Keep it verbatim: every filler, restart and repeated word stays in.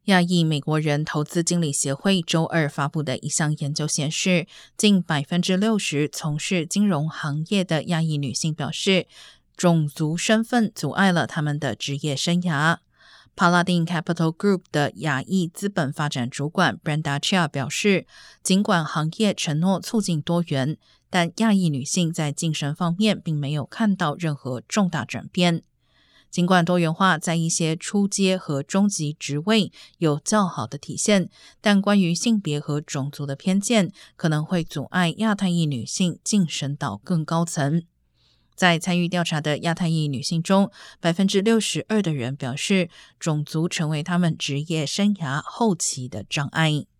亚裔美国人投资经理协会周二发布的一项研究显示，近 百分之六十 从事金融行业的亚裔女性表示，种族身份阻碍了他们的职业生涯。Paladin Capital Group 的亚裔资本发展主管 Brenda Chia 表示，尽管行业承诺促进多元，但亚裔女性在晋升方面并没有看到任何重大转变。尽管多元化在一些初阶和中级职位有较好的体现，但关于性别和种族的偏见可能会阻碍亚太裔女性晋升到更高层。在参与调查的亚太裔女性中， 百分之六十二 的人表示种族成为他们职业生涯后期的障碍。